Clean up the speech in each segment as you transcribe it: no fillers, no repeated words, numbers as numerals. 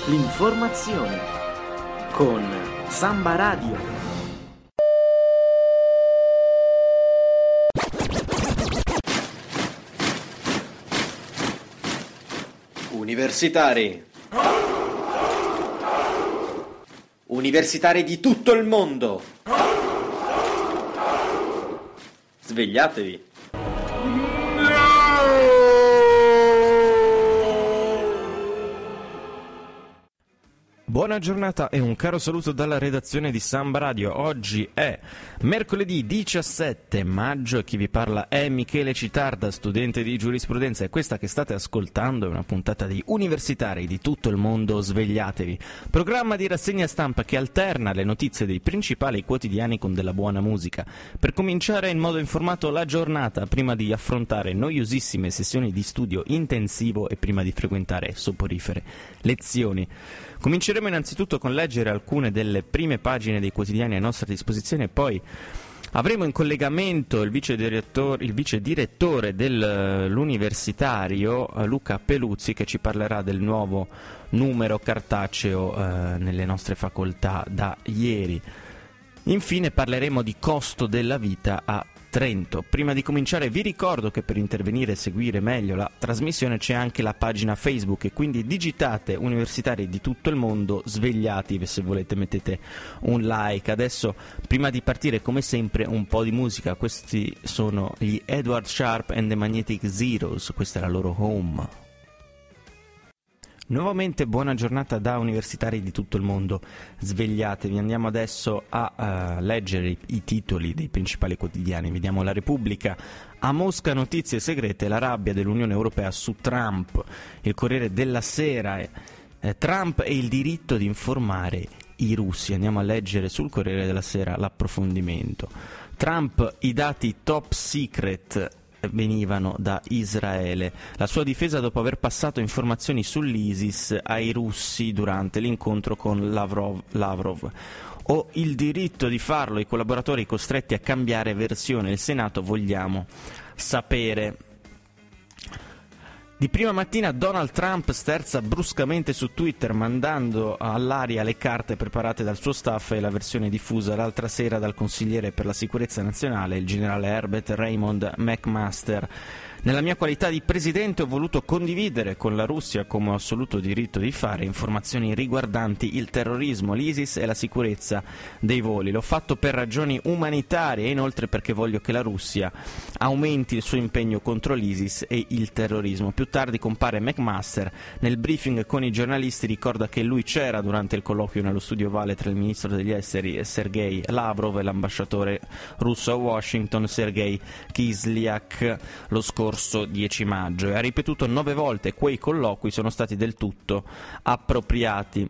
l'informazione con Samba Radio. Universitari. Universitari di tutto il mondo. Svegliatevi. Buona giornata e un caro saluto dalla redazione di Samba Radio. Oggi è mercoledì 17 maggio e chi vi parla è Michele Citarda, studente di giurisprudenza, e questa che state ascoltando è una puntata di Universitari di tutto il mondo. Svegliatevi, programma di rassegna stampa che alterna le notizie dei principali quotidiani con della buona musica, per cominciare in modo informato la giornata prima di affrontare noiosissime sessioni di studio intensivo e prima di frequentare soporifere lezioni. Cominceremo innanzitutto con leggere alcune delle prime pagine dei quotidiani a nostra disposizione e poi avremo in collegamento il vice direttore dell'Universitario, Luca Peluzzi, che ci parlerà del nuovo numero cartaceo nelle nostre facoltà da ieri. Infine parleremo di costo della vita a Trento. Prima di cominciare vi ricordo che per intervenire e seguire meglio la trasmissione c'è anche la pagina Facebook e quindi digitate Universitari di tutto il mondo, svegliatevi, se volete mettete un like. Adesso, prima di partire, come sempre un po' di musica. Questi sono gli Edward Sharp and the Magnetic Zeros, questa è la loro Home. Nuovamente buona giornata da universitari di tutto il mondo, svegliatevi. Andiamo adesso a leggere i titoli dei principali quotidiani. Vediamo La Repubblica: a Mosca notizie segrete, la rabbia dell'Unione Europea su Trump. Il Corriere della Sera: Trump e il diritto di informare i russi. Andiamo a leggere sul Corriere della Sera l'approfondimento. Trump, i dati top secret venivano da Israele. La sua difesa dopo aver passato informazioni sull'ISIS ai russi durante l'incontro con Lavrov. Ho il diritto di farlo, i collaboratori costretti a cambiare versione. Il Senato, vogliamo sapere. Di prima mattina Donald Trump sterza bruscamente su Twitter, mandando all'aria le carte preparate dal suo staff e la versione diffusa l'altra sera dal consigliere per la sicurezza nazionale, il generale Herbert Raymond McMaster. Nella mia qualità di presidente ho voluto condividere con la Russia, come ho assoluto diritto di fare, informazioni riguardanti il terrorismo, l'ISIS e la sicurezza dei voli. L'ho fatto per ragioni umanitarie e inoltre perché voglio che la Russia aumenti il suo impegno contro l'ISIS e il terrorismo. Più tardi compare McMaster nel briefing con i giornalisti, ricorda che lui c'era durante il colloquio nello studio ovale tra il ministro degli esteri Sergei Lavrov e l'ambasciatore russo a Washington Sergei Kislyak lo scorso 10 maggio e ha ripetuto 9 volte quei colloqui sono stati del tutto appropriati.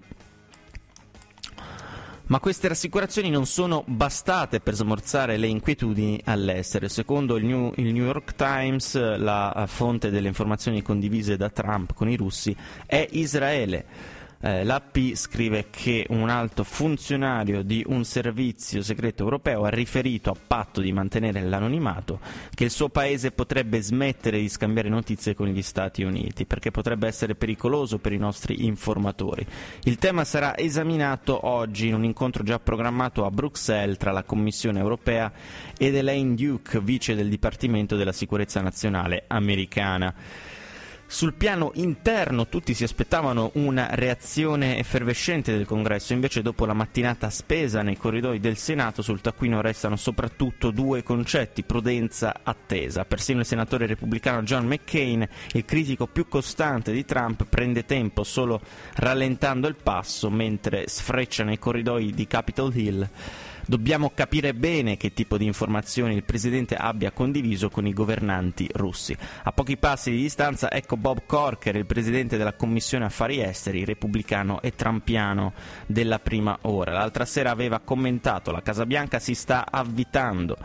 Ma queste rassicurazioni non sono bastate per smorzare le inquietudini all'estero. Secondo il New York Times, la fonte delle informazioni condivise da Trump con i russi è Israele. L'AP scrive che un alto funzionario di un servizio segreto europeo ha riferito, a patto di mantenere l'anonimato, che il suo paese potrebbe smettere di scambiare notizie con gli Stati Uniti perché potrebbe essere pericoloso per i nostri informatori. Il tema sarà esaminato oggi in un incontro già programmato a Bruxelles tra la Commissione europea ed Elaine Duke, vice del Dipartimento della Sicurezza Nazionale americana. Sul piano interno tutti si aspettavano una reazione effervescente del Congresso, invece dopo la mattinata spesa nei corridoi del Senato sul taccuino restano soprattutto due concetti: prudenza, attesa. Persino il senatore repubblicano John McCain, il critico più costante di Trump, prende tempo solo rallentando il passo mentre sfreccia nei corridoi di Capitol Hill. Dobbiamo capire bene che tipo di informazioni il presidente abbia condiviso con i governanti russi. A pochi passi di distanza ecco Bob Corker, il presidente della Commissione Affari Esteri, repubblicano e trampiano della prima ora. L'altra sera aveva commentato: la Casa Bianca si sta avvitando.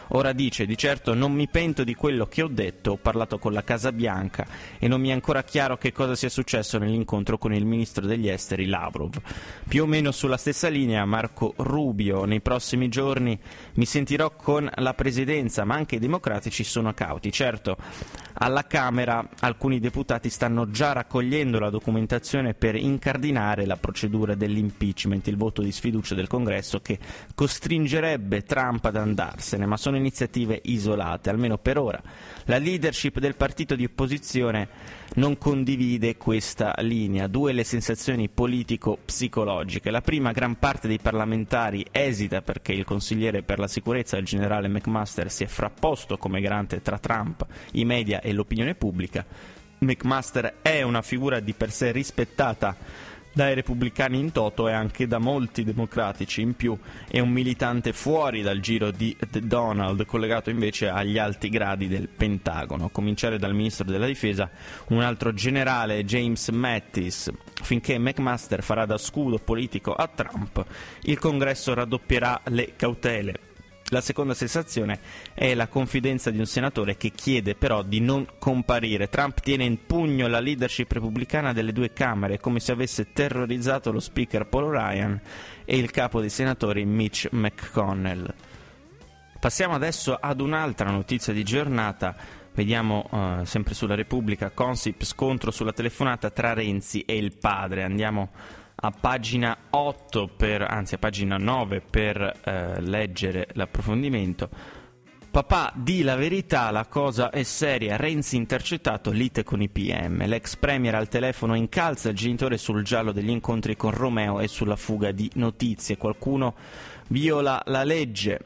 Ora dice: di certo non mi pento di quello che ho detto, ho parlato con la Casa Bianca e non mi è ancora chiaro che cosa sia successo nell'incontro con il ministro degli esteri Lavrov. Più o meno sulla stessa linea Marco Rubio: nei prossimi giorni mi sentirò con la presidenza, ma anche i democratici sono cauti. Certo, alla Camera alcuni deputati stanno già raccogliendo la documentazione per incardinare la procedura dell'impeachment, il voto di sfiducia del Congresso che costringerebbe Trump ad andarsene, ma sono iniziative isolate, almeno per ora. La leadership del partito di opposizione non condivide questa linea. Due le sensazioni politico-psicologiche. La prima: gran parte dei parlamentari esita perché il consigliere per la sicurezza, il generale McMaster, si è frapposto come garante tra Trump, i media e l'opinione pubblica. McMaster è una figura di per sé rispettata dai repubblicani in toto e anche da molti democratici. In più è un militante fuori dal giro di Donald, collegato invece agli alti gradi del Pentagono, a cominciare dal ministro della difesa, un altro generale, James Mattis. Finché McMaster farà da scudo politico a Trump, il Congresso raddoppierà le cautele. La seconda sensazione è la confidenza di un senatore che chiede però di non comparire. Trump tiene in pugno la leadership repubblicana delle due Camere, come se avesse terrorizzato lo speaker Paul Ryan e il capo dei senatori Mitch McConnell. Passiamo adesso ad un'altra notizia di giornata. Vediamo sempre sulla Repubblica: Consip, scontro sulla telefonata tra Renzi e il padre. Andiamo a pagina 8 a pagina 9 per leggere l'approfondimento. Papà, di la verità, la cosa è seria. Renzi intercettato, lite con i PM. L'ex premier al telefono incalza il genitore sul giallo degli incontri con Romeo e sulla fuga di notizie. Qualcuno viola la legge.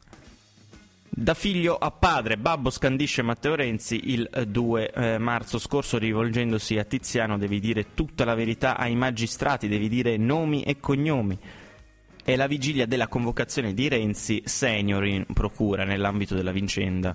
Da figlio a padre, babbo scandisce Matteo Renzi il 2 marzo scorso rivolgendosi a Tiziano: devi dire tutta la verità ai magistrati, devi dire nomi e cognomi. È la vigilia della convocazione di Renzi senior in procura nell'ambito della vicenda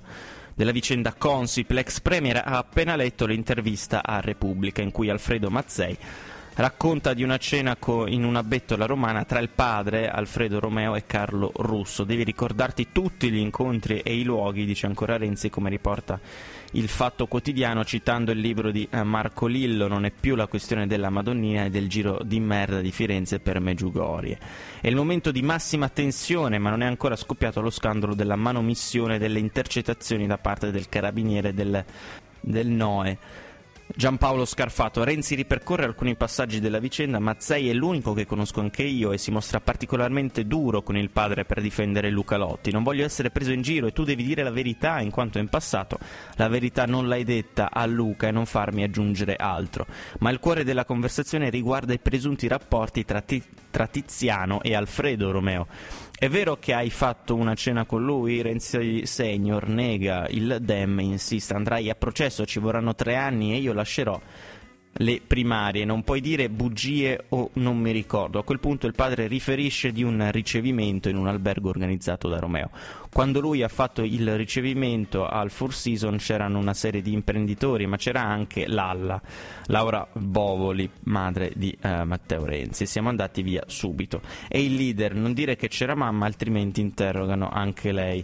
Consip. L'ex premier ha appena letto l'intervista a Repubblica in cui Alfredo Mazzei racconta di una cena in una bettola romana tra il padre, Alfredo Romeo, e Carlo Russo. Devi ricordarti tutti gli incontri e i luoghi, dice ancora Renzi, come riporta il Fatto Quotidiano citando il libro di Marco Lillo. Non è più la questione della Madonnina e del giro di merda di Firenze per Meggiugorie. È il momento di massima tensione, ma non è ancora scoppiato lo scandalo della manomissione delle intercettazioni da parte del carabiniere del NOE Giampaolo Scarfato. Renzi ripercorre alcuni passaggi della vicenda. Mazzei è l'unico che conosco anche io e si mostra particolarmente duro con il padre per difendere Luca Lotti. Non voglio essere preso in giro e tu devi dire la verità, in quanto in passato la verità non l'hai detta a Luca, e non farmi aggiungere altro. Ma il cuore della conversazione riguarda i presunti rapporti tra Tiziano e Alfredo Romeo. È vero che hai fatto una cena con lui? Renzi senior nega, il Dem insiste: andrai a processo, ci vorranno 3 anni e io lascerò le primarie, non puoi dire bugie o non mi ricordo. A quel punto il padre riferisce di un ricevimento in un albergo organizzato da Romeo. Quando lui ha fatto il ricevimento al Four Seasons c'erano una serie di imprenditori, ma c'era anche Laura Bovoli, madre di Matteo Renzi. Siamo andati via subito. E il leader: non dire che c'era mamma, altrimenti interrogano anche lei.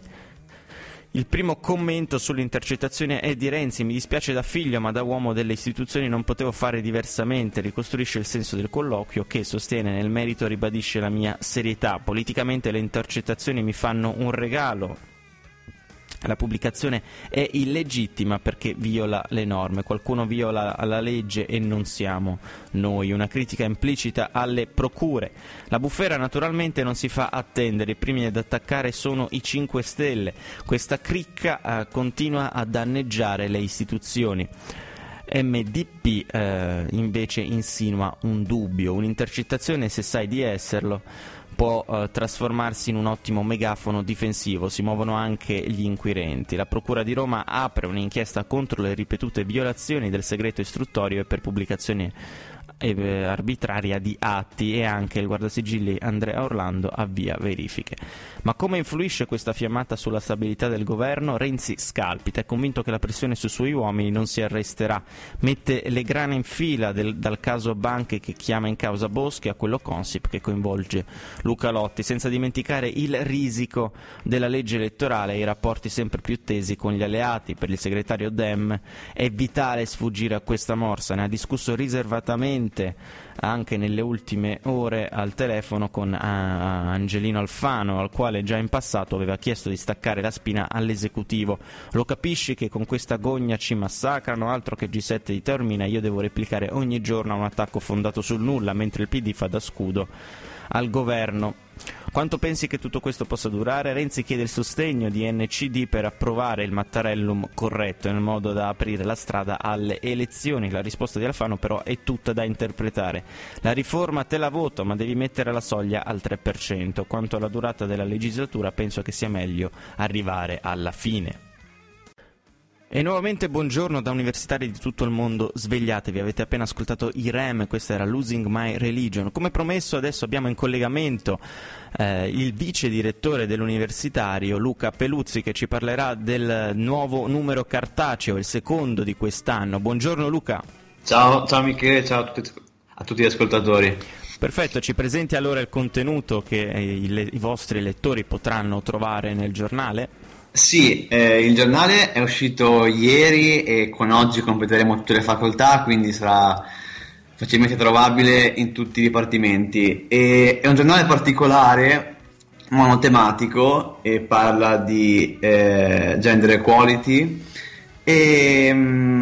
Il primo commento sull'intercettazione è di Renzi: mi dispiace da figlio, ma da uomo delle istituzioni non potevo fare diversamente. Ricostruisce il senso del colloquio che, sostiene, nel merito ribadisce la mia serietà. Politicamente le intercettazioni mi fanno un regalo. La pubblicazione è illegittima perché viola le norme. Qualcuno viola la legge e non siamo noi. Una critica implicita alle procure. La bufera naturalmente non si fa attendere. I primi ad attaccare sono i 5 Stelle. Questa cricca continua a danneggiare le istituzioni. MDP invece insinua un dubbio. Un'intercettazione, se sai di esserlo, può trasformarsi in un ottimo megafono difensivo. Si muovono anche gli inquirenti. La Procura di Roma apre un'inchiesta contro le ripetute violazioni del segreto istruttorio e per pubblicazione arbitraria di atti, e anche il guardasigilli Andrea Orlando avvia verifiche. Ma come influisce questa fiammata sulla stabilità del governo? Renzi scalpita, è convinto che la pressione sui suoi uomini non si arresterà, mette le grane in fila dal caso banche che chiama in causa Boschi a quello Consip che coinvolge Luca Lotti, senza dimenticare il risico della legge elettorale e i rapporti sempre più tesi con gli alleati. Per il segretario Dem è vitale sfuggire a questa morsa, ne ha discusso riservatamente anche nelle ultime ore al telefono con Angelino Alfano, al quale già in passato aveva chiesto di staccare la spina all'esecutivo. Lo capisci che con questa gogna ci massacrano, altro che G7 di Taormina, io devo replicare ogni giorno a un attacco fondato sul nulla, mentre il PD fa da scudo al governo. Quanto pensi che tutto questo possa durare? Renzi chiede il sostegno di NCD per approvare il Mattarellum corretto in modo da aprire la strada alle elezioni. La risposta di Alfano però è tutta da interpretare. La riforma te la voto, ma devi mettere la soglia al 3%. Quanto alla durata della legislatura, penso che sia meglio arrivare alla fine. E nuovamente buongiorno da universitari di tutto il mondo, svegliatevi, avete appena ascoltato i Rem, questa era Losing My Religion. Come promesso adesso abbiamo in collegamento il vice direttore dell'universitario Luca Peluzzi, che ci parlerà del nuovo numero cartaceo, il secondo di quest'anno. Buongiorno Luca. Ciao Michele, ciao a tutti gli ascoltatori. Perfetto, ci presenti allora il contenuto che i vostri lettori potranno trovare nel giornale? Sì, il giornale è uscito ieri e con oggi completeremo tutte le facoltà, quindi sarà facilmente trovabile in tutti i dipartimenti. E è un giornale particolare, monotematico, e parla di gender equality e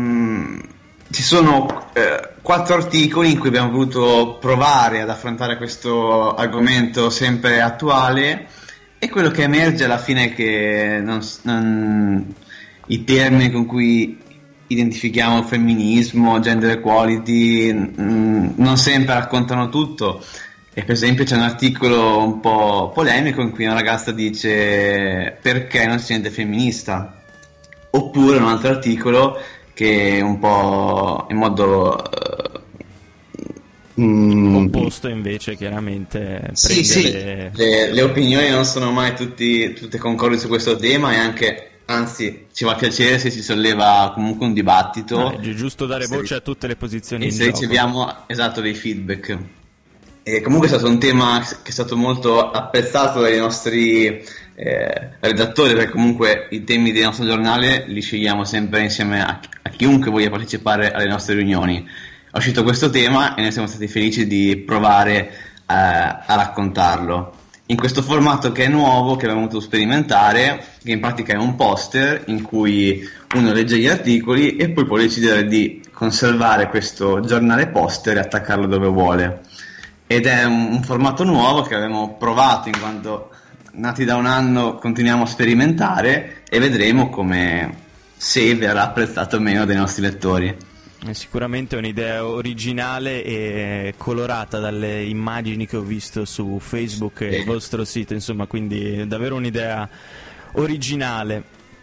ci sono 4 articoli in cui abbiamo voluto provare ad affrontare questo argomento sempre attuale. E quello che emerge alla fine è che i termini con cui identifichiamo femminismo, gender equality, non sempre raccontano tutto. E per esempio c'è un articolo un po' polemico in cui una ragazza dice perché non si sente femminista, oppure un altro articolo che un po' in modo opposto invece chiaramente prende le opinioni non sono mai tutte concordi su questo tema, e anche anzi ci fa piacere se si solleva comunque un dibattito. È giusto dare voce a tutte le posizioni in se gioco. riceviamo dei feedback. E comunque è stato un tema che è stato molto apprezzato dai nostri redattori, perché comunque i temi del nostro giornale li scegliamo sempre insieme a chiunque voglia partecipare alle nostre riunioni. È uscito questo tema e noi siamo stati felici di provare a raccontarlo in questo formato che è nuovo, che abbiamo voluto sperimentare, che in pratica è un poster in cui uno legge gli articoli e poi può decidere di conservare questo giornale poster e attaccarlo dove vuole. Ed è un formato nuovo che abbiamo provato, in quanto nati da un anno continuiamo a sperimentare, e vedremo se verrà apprezzato o meno dai nostri lettori. È sicuramente un'idea originale e colorata dalle immagini che ho visto su Facebook e il vostro sito, insomma, quindi davvero un'idea originale.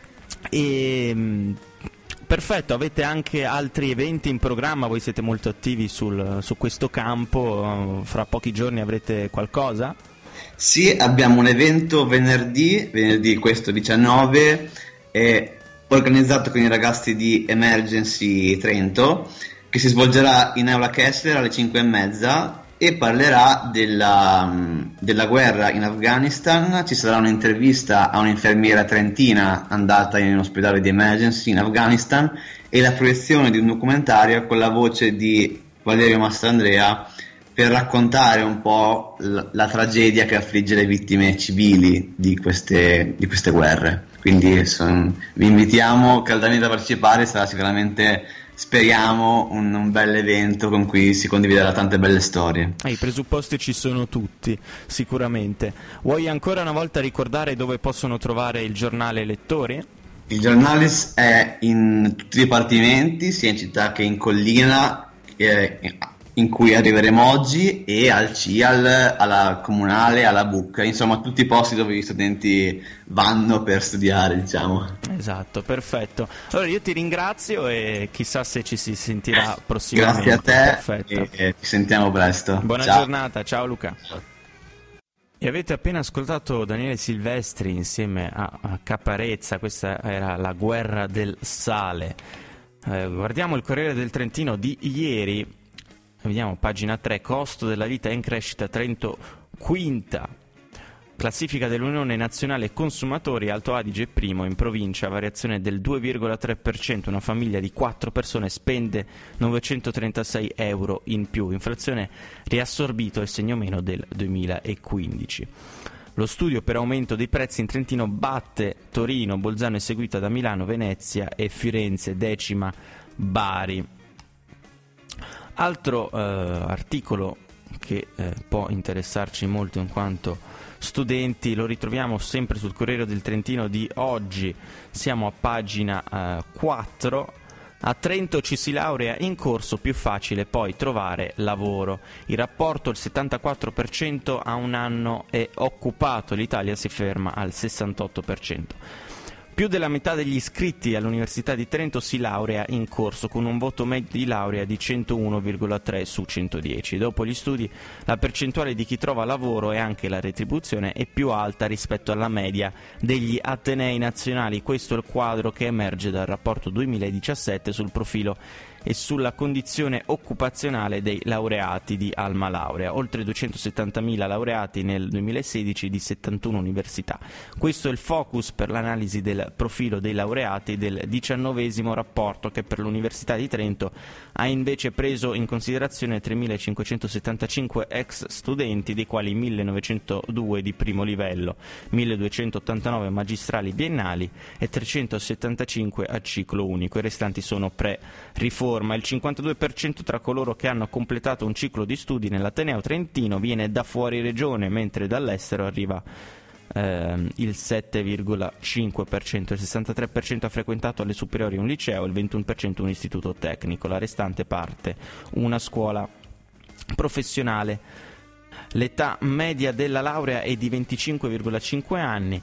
E perfetto, avete anche altri eventi in programma, voi siete molto attivi su questo campo, fra pochi giorni avrete qualcosa? Sì, abbiamo un evento venerdì questo 19, organizzato con i ragazzi di Emergency Trento, che si svolgerà in Aula Kessler alle 5:30 e parlerà della guerra in Afghanistan. Ci sarà un'intervista a un'infermiera trentina andata in un ospedale di emergency in Afghanistan e la proiezione di un documentario con la voce di Valerio Mastrandrea per raccontare un po' la tragedia che affligge le vittime civili di queste guerre. Quindi vi invitiamo caldamente a partecipare, sarà sicuramente, speriamo, un bel evento con cui si condividerà tante belle storie. I presupposti ci sono tutti, sicuramente. Vuoi ancora una volta ricordare dove possono trovare il giornale lettori? Il giornale è in tutti i dipartimenti, sia in città che in collina, in cui arriveremo oggi, e al CIAL, alla Comunale, alla BUC, insomma tutti i posti dove gli studenti vanno per studiare, diciamo. Esatto, perfetto. Allora io ti ringrazio e chissà se ci si sentirà prossimamente. Grazie a te. Perfetto. E ci sentiamo presto. Buona Ciao. giornata, ciao Luca. E avete appena ascoltato Daniele Silvestri insieme a Caparezza, questa era La guerra del sale. Guardiamo il Corriere del Trentino di ieri, vediamo pagina 3, costo della vita in crescita, Trento quinta, classifica dell'Unione Nazionale Consumatori, Alto Adige primo, in provincia variazione del 2,3%, una famiglia di 4 persone spende 936 euro in più, inflazione riassorbito il segno meno del 2015. Lo studio per aumento dei prezzi in Trentino batte Torino, Bolzano è seguita da Milano, Venezia e Firenze, decima Bari. Altro articolo che può interessarci molto in quanto studenti, lo ritroviamo sempre sul Corriere del Trentino di oggi, siamo a pagina 4. A Trento ci si laurea in corso, più facile poi trovare lavoro. Il rapporto, il 74% a un anno è occupato, l'Italia si ferma al 68%. Più della metà degli iscritti all'Università di Trento si laurea in corso, con un voto medio di laurea di 101,3 su 110. Dopo gli studi, la percentuale di chi trova lavoro e anche la retribuzione è più alta rispetto alla media degli atenei nazionali. Questo è il quadro che emerge dal rapporto 2017 sul profilo e sulla condizione occupazionale dei laureati di Alma Laurea, oltre 270.000 laureati nel 2016 di 71 università. Questo è il focus per l'analisi del profilo dei laureati del 19° rapporto, che per l'Università di Trento ha invece preso in considerazione 3.575 ex studenti, dei quali 1.902 di primo livello, 1.289 magistrali biennali e 375 a ciclo unico. I restanti sono pre-riforma. Il 52% tra coloro che hanno completato un ciclo di studi nell'Ateneo Trentino viene da fuori regione, mentre dall'estero arriva il 7,5%, il 63% ha frequentato alle superiori un liceo, il 21% un istituto tecnico, la restante parte una scuola professionale. L'età media della laurea è di 25,5 anni,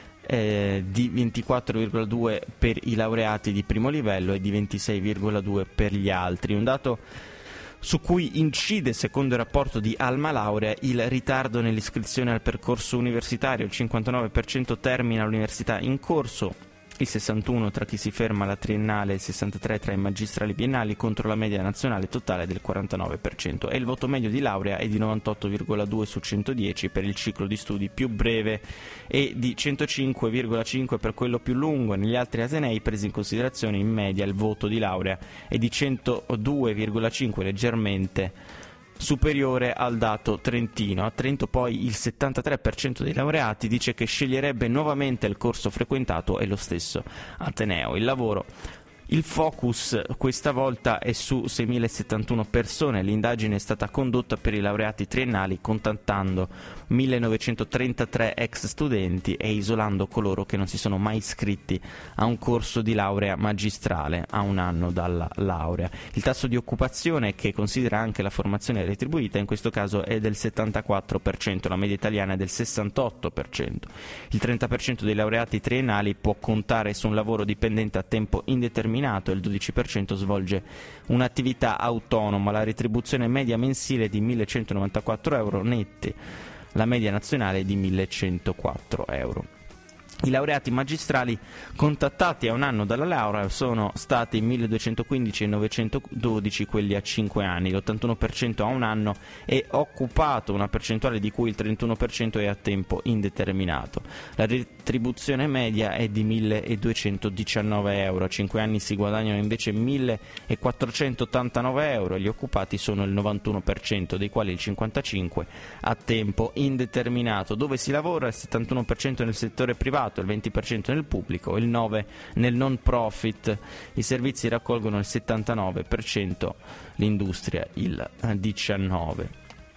di 24,2 per i laureati di primo livello e di 26,2 per gli altri. Un dato su cui incide, secondo il rapporto di Alma Laurea, il ritardo nell'iscrizione al percorso universitario. Il 59% termina l'università in corso, il 61% tra chi si ferma alla triennale, il 63% tra i magistrali biennali, contro la media nazionale totale del 49%, e il voto medio di laurea è di 98,2 su 110 per il ciclo di studi più breve e di 105,5 per quello più lungo. Negli altri atenei presi in considerazione, in media il voto di laurea è di 102,5, leggermente superiore al dato trentino. A Trento poi il 73% dei laureati dice che sceglierebbe nuovamente il corso frequentato e lo stesso ateneo. Il lavoro. Il focus questa volta è su 6.071 persone. L'indagine è stata condotta per i laureati triennali, contattando 1.933 ex studenti e isolando coloro che non si sono mai iscritti a un corso di laurea magistrale a un anno dalla laurea. Il tasso di occupazione, che considera anche la formazione retribuita, in questo caso è del 74%, la media italiana è del 68%. Il 30% dei laureati triennali può contare su un lavoro dipendente a tempo indeterminato, il 12% svolge un'attività autonoma. La retribuzione media mensile è di 1.194 euro netti, la media nazionale è di 1.104 euro. I laureati magistrali contattati a un anno dalla laurea sono stati 1.215 e 912 quelli a 5 anni, l'81% a un anno è occupato, una percentuale di cui il 31% è a tempo indeterminato. La retribuzione media è di 1.219 euro, a 5 anni si guadagnano invece 1.489 euro, gli occupati sono il 91%, dei quali il 55% a tempo indeterminato. Dove si lavora? Il 71% nel settore privato, il 20% nel pubblico, il 9% nel non profit, i servizi raccolgono il 79%, l'industria il 19%.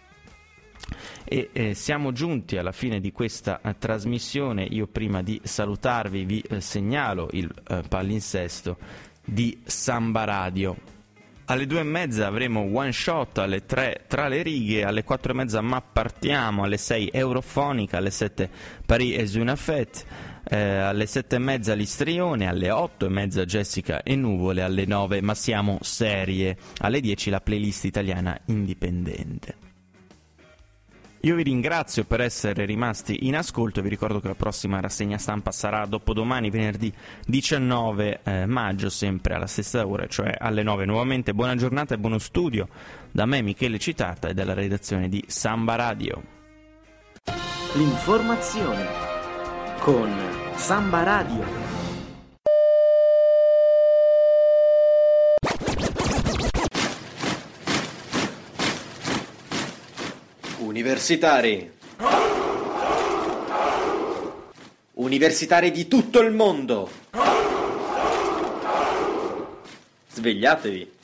E siamo giunti alla fine di questa trasmissione. Io, prima di salutarvi, vi segnalo il palinsesto di Samba Radio. Alle 2:30 avremo One Shot, alle 3 Tra le righe, alle 4:30 Ma partiamo, alle 6 Eurofonica, alle 7 Paris es una fête, alle 7:30 L'istrione, alle 8:30 Jessica e nuvole, alle 9 Ma siamo serie, alle 10 la playlist italiana indipendente. Io vi ringrazio per essere rimasti in ascolto e vi ricordo che la prossima rassegna stampa sarà dopodomani, venerdì 19 maggio, sempre alla stessa ora, cioè alle 9. Nuovamente buona giornata e buono studio da me, Michele Citata, e dalla redazione di Samba Radio. L'informazione con Samba Radio. Universitari. Universitari di tutto il mondo. Svegliatevi.